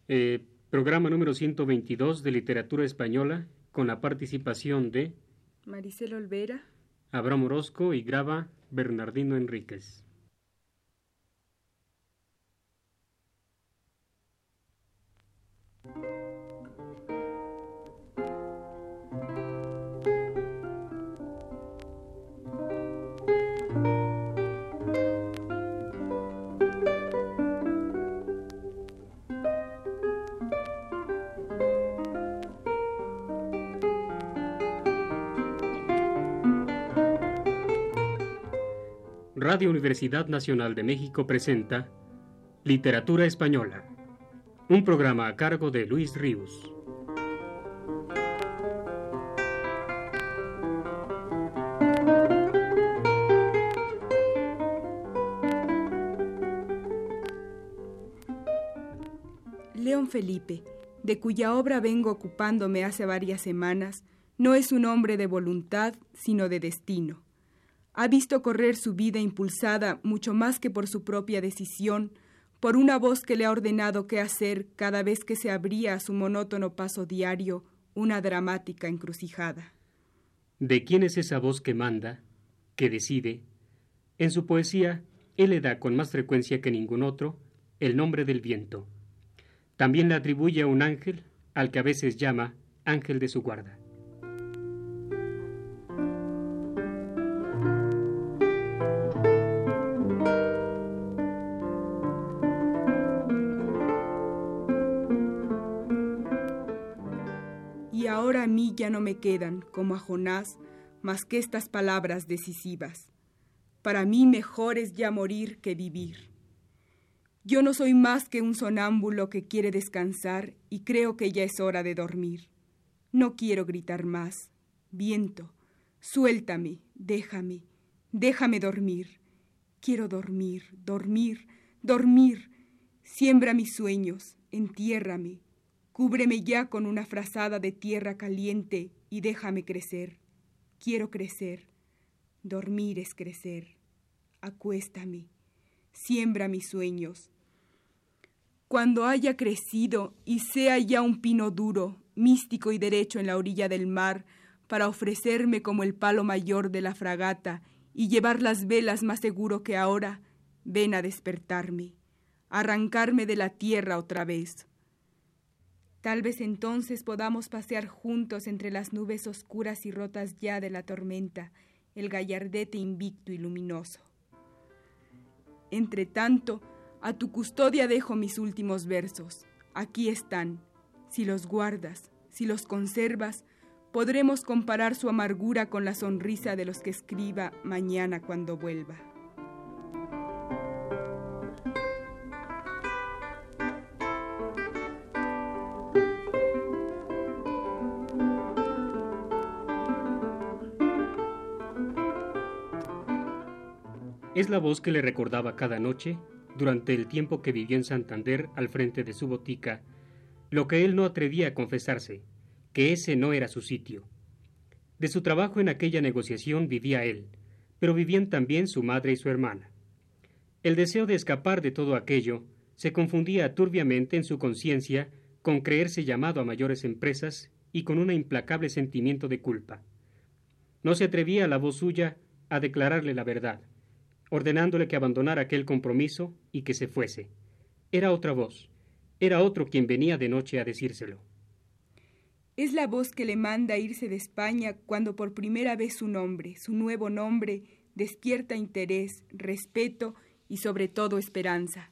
Programa número 122 de Literatura Española, con la participación de Maricela Olvera, Abraham Orozco y graba Bernardino Enríquez. Radio Universidad Nacional de México presenta Literatura Española, un programa a cargo de Luis Ríos. León Felipe, de cuya obra vengo ocupándome hace varias semanas, no es un hombre de voluntad, sino de destino. Ha visto correr su vida impulsada, mucho más que por su propia decisión, por una voz que le ha ordenado qué hacer cada vez que se abría a su monótono paso diario una dramática encrucijada. ¿De quién es esa voz que manda, que decide? En su poesía, él le da con más frecuencia que ningún otro el nombre del viento. También le atribuye a un ángel, al que a veces llama ángel de su guarda. Y ahora a mí ya no me quedan, como a Jonás, más que estas palabras decisivas. Para mí mejor es ya morir que vivir. Yo no soy más que un sonámbulo que quiere descansar y creo que ya es hora de dormir. No quiero gritar más. Viento, suéltame, déjame dormir. Quiero dormir, dormir, dormir. Siembra mis sueños, entiérrame. Cúbreme ya con una frazada de tierra caliente y déjame crecer. Quiero crecer. Dormir es crecer. Acuéstame. Siembra mis sueños. Cuando haya crecido y sea ya un pino duro, místico y derecho en la orilla del mar, para ofrecerme como el palo mayor de la fragata y llevar las velas más seguro que ahora, ven a despertarme, arrancarme de la tierra otra vez. Tal vez entonces podamos pasear juntos entre las nubes oscuras y rotas ya de la tormenta, el gallardete invicto y luminoso. Entre tanto, a tu custodia dejo mis últimos versos. Aquí están. Si los guardas, si los conservas, podremos comparar su amargura con la sonrisa de los que escriba mañana cuando vuelva. Es la voz que le recordaba cada noche, durante el tiempo que vivió en Santander al frente de su botica, lo que él no atrevía a confesarse, que ese no era su sitio. De su trabajo en aquella negociación vivía él, pero vivían también su madre y su hermana. El deseo de escapar de todo aquello se confundía turbiamente en su conciencia con creerse llamado a mayores empresas y con un implacable sentimiento de culpa. No se atrevía la voz suya a declararle la verdad, ordenándole que abandonara aquel compromiso y que se fuese. Era otra voz, era otro quien venía de noche a decírselo. Es la voz que le manda irse de España cuando por primera vez su nombre, su nuevo nombre, despierta interés, respeto y sobre todo esperanza.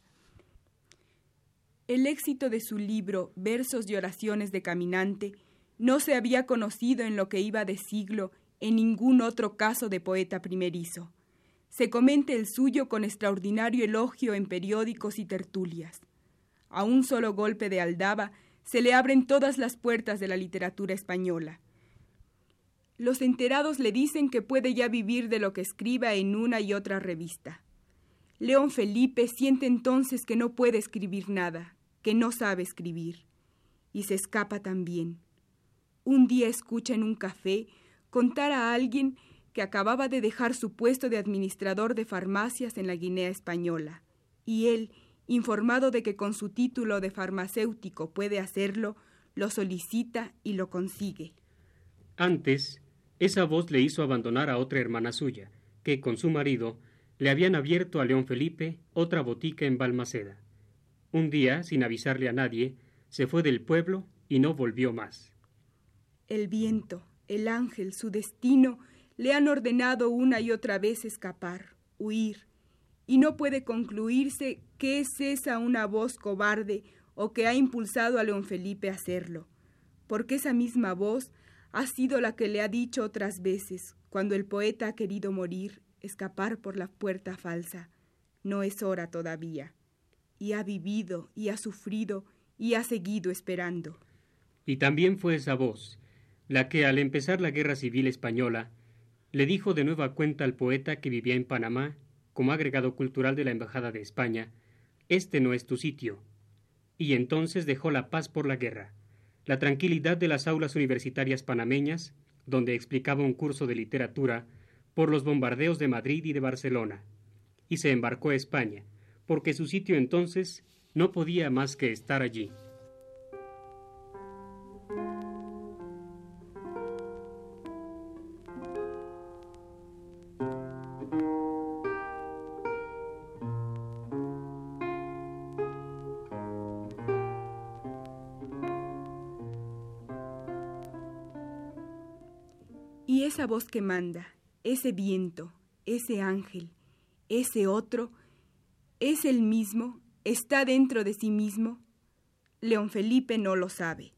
El éxito de su libro Versos y oraciones de caminante no se había conocido en lo que iba de siglo en ningún otro caso de poeta primerizo. Se comenta el suyo con extraordinario elogio en periódicos y tertulias. A un solo golpe de Aldaba se le abren todas las puertas de la literatura española. Los enterados le dicen que puede ya vivir de lo que escriba en una y otra revista. León Felipe siente entonces que no puede escribir nada, que no sabe escribir, y se escapa también. Un día escucha en un café contar a alguien que acababa de dejar su puesto de administrador de farmacias en la Guinea Española, y él, informado de que con su título de farmacéutico puede hacerlo, lo solicita y lo consigue. Antes, esa voz le hizo abandonar a otra hermana suya, que con su marido le habían abierto a León Felipe otra botica en Balmaceda. Un día, sin avisarle a nadie, se fue del pueblo y no volvió más. El viento, el ángel, su destino, le han ordenado una y otra vez escapar, huir, y no puede concluirse que es esa una voz cobarde o que ha impulsado a León Felipe a hacerlo, porque esa misma voz ha sido la que le ha dicho otras veces, cuando el poeta ha querido morir, escapar por la puerta falsa. No es hora todavía. Y ha vivido, y ha sufrido, y ha seguido esperando. Y también fue esa voz la que, al empezar la Guerra Civil Española, le dijo de nueva cuenta al poeta que vivía en Panamá, como agregado cultural de la Embajada de España, «Este no es tu sitio». Y entonces dejó la paz por la guerra, la tranquilidad de las aulas universitarias panameñas, donde explicaba un curso de literatura, por los bombardeos de Madrid y de Barcelona, y se embarcó a España, porque su sitio entonces no podía más que estar allí. Y esa voz que manda, ese viento, ese ángel, ese otro, ¿es el mismo? ¿Está dentro de sí mismo? León Felipe no lo sabe.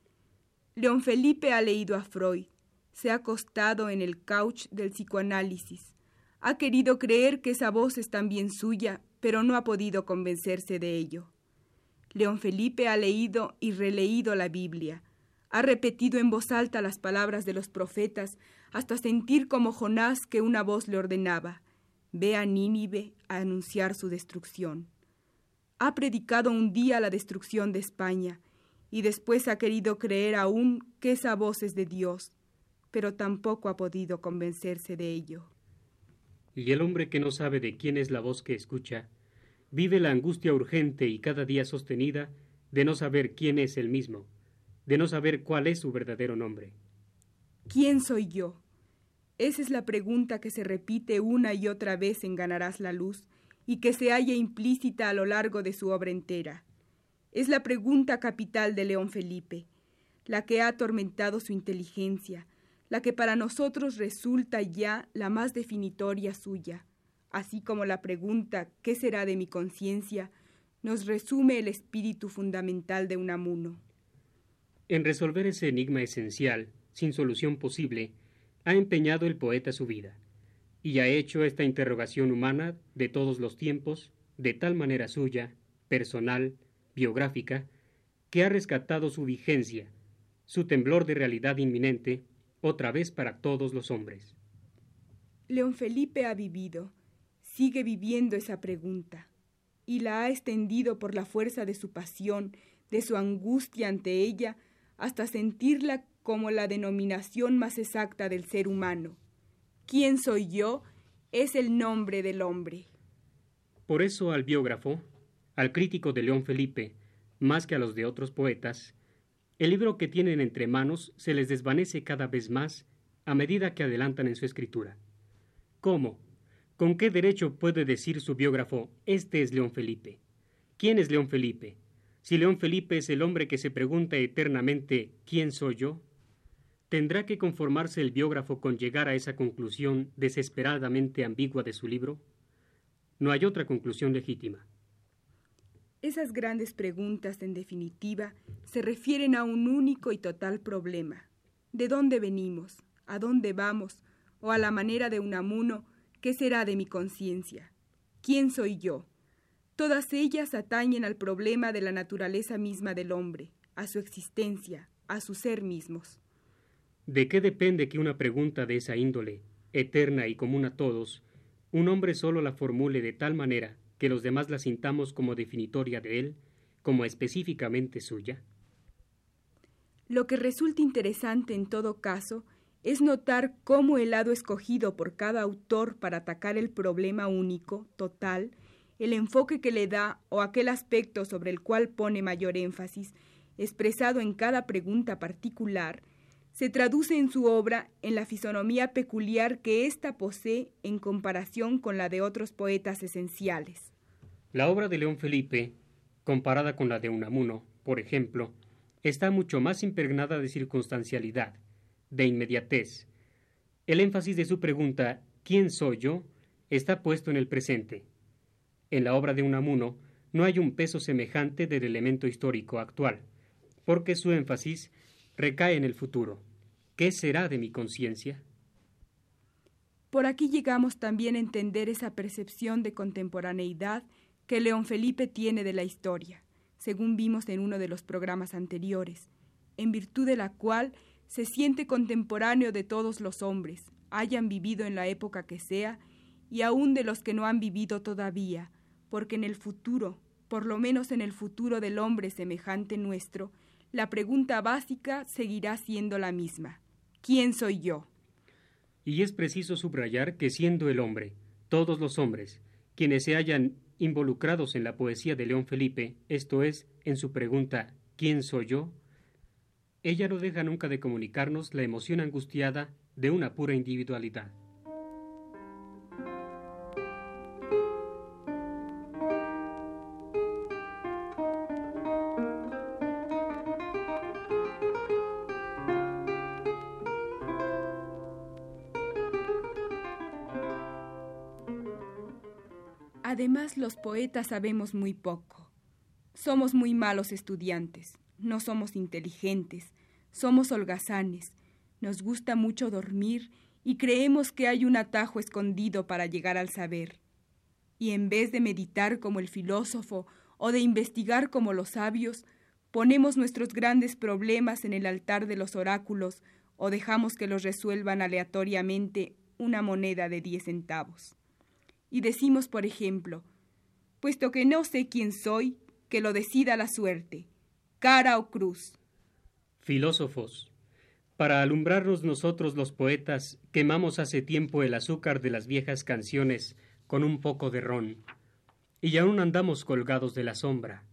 León Felipe ha leído a Freud, se ha acostado en el couch del psicoanálisis, ha querido creer que esa voz es también suya, pero no ha podido convencerse de ello. León Felipe ha leído y releído la Biblia, ha repetido en voz alta las palabras de los profetas hasta sentir como Jonás que una voz le ordenaba: ve a Nínive a anunciar su destrucción. Ha predicado un día la destrucción de España y después ha querido creer aún que esa voz es de Dios, pero tampoco ha podido convencerse de ello. Y el hombre que no sabe de quién es la voz que escucha, vive la angustia urgente y cada día sostenida de no saber quién es él mismo, de no saber cuál es su verdadero nombre. ¿Quién soy yo? Esa es la pregunta que se repite una y otra vez en Ganarás la luz y que se halla implícita a lo largo de su obra entera. Es la pregunta capital de León Felipe, la que ha atormentado su inteligencia, la que para nosotros resulta ya la más definitoria suya, así como la pregunta ¿qué será de mi conciencia? Nos resume el espíritu fundamental de Unamuno. En resolver ese enigma esencial, sin solución posible, ha empeñado el poeta su vida, y ha hecho esta interrogación humana de todos los tiempos, de tal manera suya, personal, biográfica, que ha rescatado su vigencia, su temblor de realidad inminente, otra vez para todos los hombres. León Felipe ha vivido, sigue viviendo esa pregunta, y la ha extendido por la fuerza de su pasión, de su angustia ante ella, hasta sentirla como la denominación más exacta del ser humano. ¿Quién soy yo? Es el nombre del hombre. Por eso al biógrafo, al crítico de León Felipe, más que a los de otros poetas, el libro que tienen entre manos se les desvanece cada vez más a medida que adelantan en su escritura. ¿Cómo? ¿Con qué derecho puede decir su biógrafo, este es León Felipe? ¿Quién es León Felipe? Si León Felipe es el hombre que se pregunta eternamente ¿quién soy yo? ¿Tendrá que conformarse el biógrafo con llegar a esa conclusión desesperadamente ambigua de su libro? No hay otra conclusión legítima. Esas grandes preguntas, en definitiva, se refieren a un único y total problema. ¿De dónde venimos? ¿A dónde vamos? O a la manera de Unamuno, ¿qué será de mi conciencia? ¿Quién soy yo? Todas ellas atañen al problema de la naturaleza misma del hombre, a su existencia, a su ser mismos. ¿De qué depende que una pregunta de esa índole, eterna y común a todos, un hombre solo la formule de tal manera que los demás la sintamos como definitoria de él, como específicamente suya? Lo que resulta interesante en todo caso es notar cómo el lado escogido por cada autor para atacar el problema único, total, el enfoque que le da o aquel aspecto sobre el cual pone mayor énfasis, expresado en cada pregunta particular, se traduce en su obra en la fisonomía peculiar que ésta posee en comparación con la de otros poetas esenciales. La obra de León Felipe, comparada con la de Unamuno, por ejemplo, está mucho más impregnada de circunstancialidad, de inmediatez. El énfasis de su pregunta, ¿quién soy yo?, está puesto en el presente. En la obra de Unamuno no hay un peso semejante del elemento histórico actual, porque su énfasis recae en el futuro. ¿Qué será de mi conciencia? Por aquí llegamos también a entender esa percepción de contemporaneidad que León Felipe tiene de la historia, según vimos en uno de los programas anteriores, en virtud de la cual se siente contemporáneo de todos los hombres, hayan vivido en la época que sea, y aún de los que no han vivido todavía, porque en el futuro, por lo menos en el futuro del hombre semejante nuestro, la pregunta básica seguirá siendo la misma. ¿Quién soy yo? Y es preciso subrayar que siendo el hombre, todos los hombres, quienes se hayan involucrados en la poesía de León Felipe, esto es, en su pregunta ¿quién soy yo?, ella no deja nunca de comunicarnos la emoción angustiada de una pura individualidad. Además, los poetas sabemos muy poco. Somos muy malos estudiantes, no somos inteligentes, somos holgazanes, nos gusta mucho dormir y creemos que hay un atajo escondido para llegar al saber. Y en vez de meditar como el filósofo o de investigar como los sabios, ponemos nuestros grandes problemas en el altar de los oráculos o dejamos que los resuelvan aleatoriamente una moneda de 10 centavos. Y decimos, por ejemplo, puesto que no sé quién soy, que lo decida la suerte, cara o cruz. Filósofos, para alumbrarnos nosotros los poetas, quemamos hace tiempo el azúcar de las viejas canciones con un poco de ron, y aún andamos colgados de la sombra.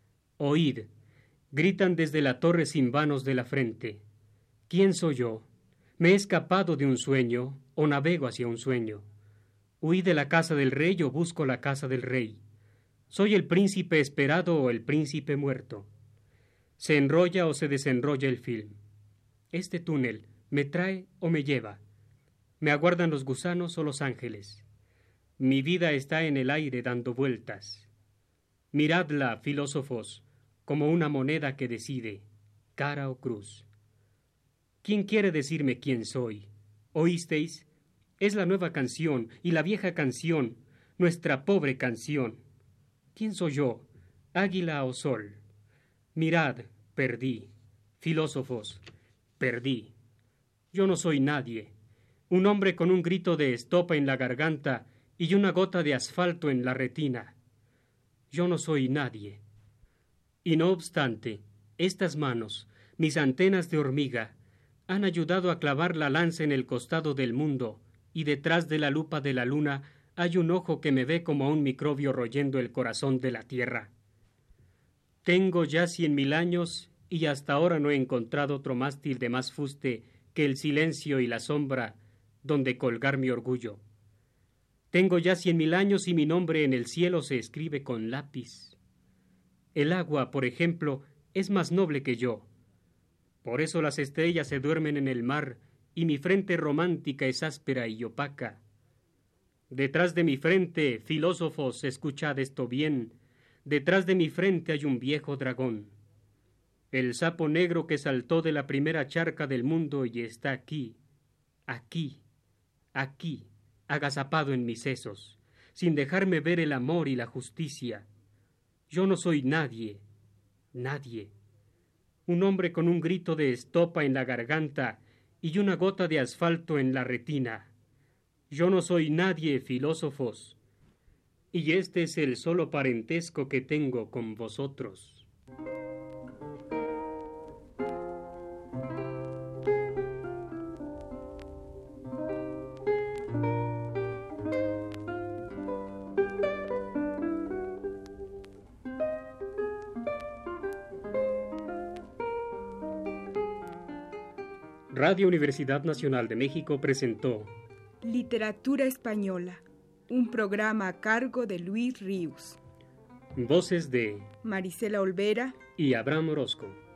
Oíd, gritan desde la torre sin vanos de la frente. ¿Quién soy yo? ¿Me he escapado de un sueño o navego hacia un sueño? ¿Huí de la casa del rey o busco la casa del rey? ¿Soy el príncipe esperado o el príncipe muerto? ¿Se enrolla o se desenrolla el film? ¿Este túnel me trae o me lleva? ¿Me aguardan los gusanos o los ángeles? Mi vida está en el aire dando vueltas. Miradla, filósofos, como una moneda que decide, cara o cruz. ¿Quién quiere decirme quién soy? ¿Oísteis? Es la nueva canción y la vieja canción, nuestra pobre canción. ¿Quién soy yo, águila o sol? Mirad, perdí. Filósofos, perdí. Yo no soy nadie. Un hombre con un grito de estopa en la garganta y una gota de asfalto en la retina. Yo no soy nadie. Y no obstante, estas manos, mis antenas de hormiga, han ayudado a clavar la lanza en el costado del mundo, y detrás de la lupa de la luna hay un ojo que me ve como a un microbio royendo el corazón de la tierra. Tengo ya 100.000 años y hasta ahora no he encontrado otro mástil de más fuste que el silencio y la sombra donde colgar mi orgullo. Tengo ya 100.000 años y mi nombre en el cielo se escribe con lápiz. El agua, por ejemplo, es más noble que yo. Por eso las estrellas se duermen en el mar y mi frente romántica es áspera y opaca. Detrás de mi frente, filósofos, escuchad esto bien, detrás de mi frente hay un viejo dragón. El sapo negro que saltó de la primera charca del mundo y está aquí, aquí, aquí, agazapado en mis sesos, sin dejarme ver el amor y la justicia. Yo no soy nadie, nadie. Un hombre con un grito de estopa en la garganta y una gota de asfalto en la retina. Yo no soy nadie, filósofos, y este es el solo parentesco que tengo con vosotros. Radio Universidad Nacional de México presentó Literatura Española, un programa a cargo de Luis Ríos. Voces de Marisela Olvera y Abraham Orozco.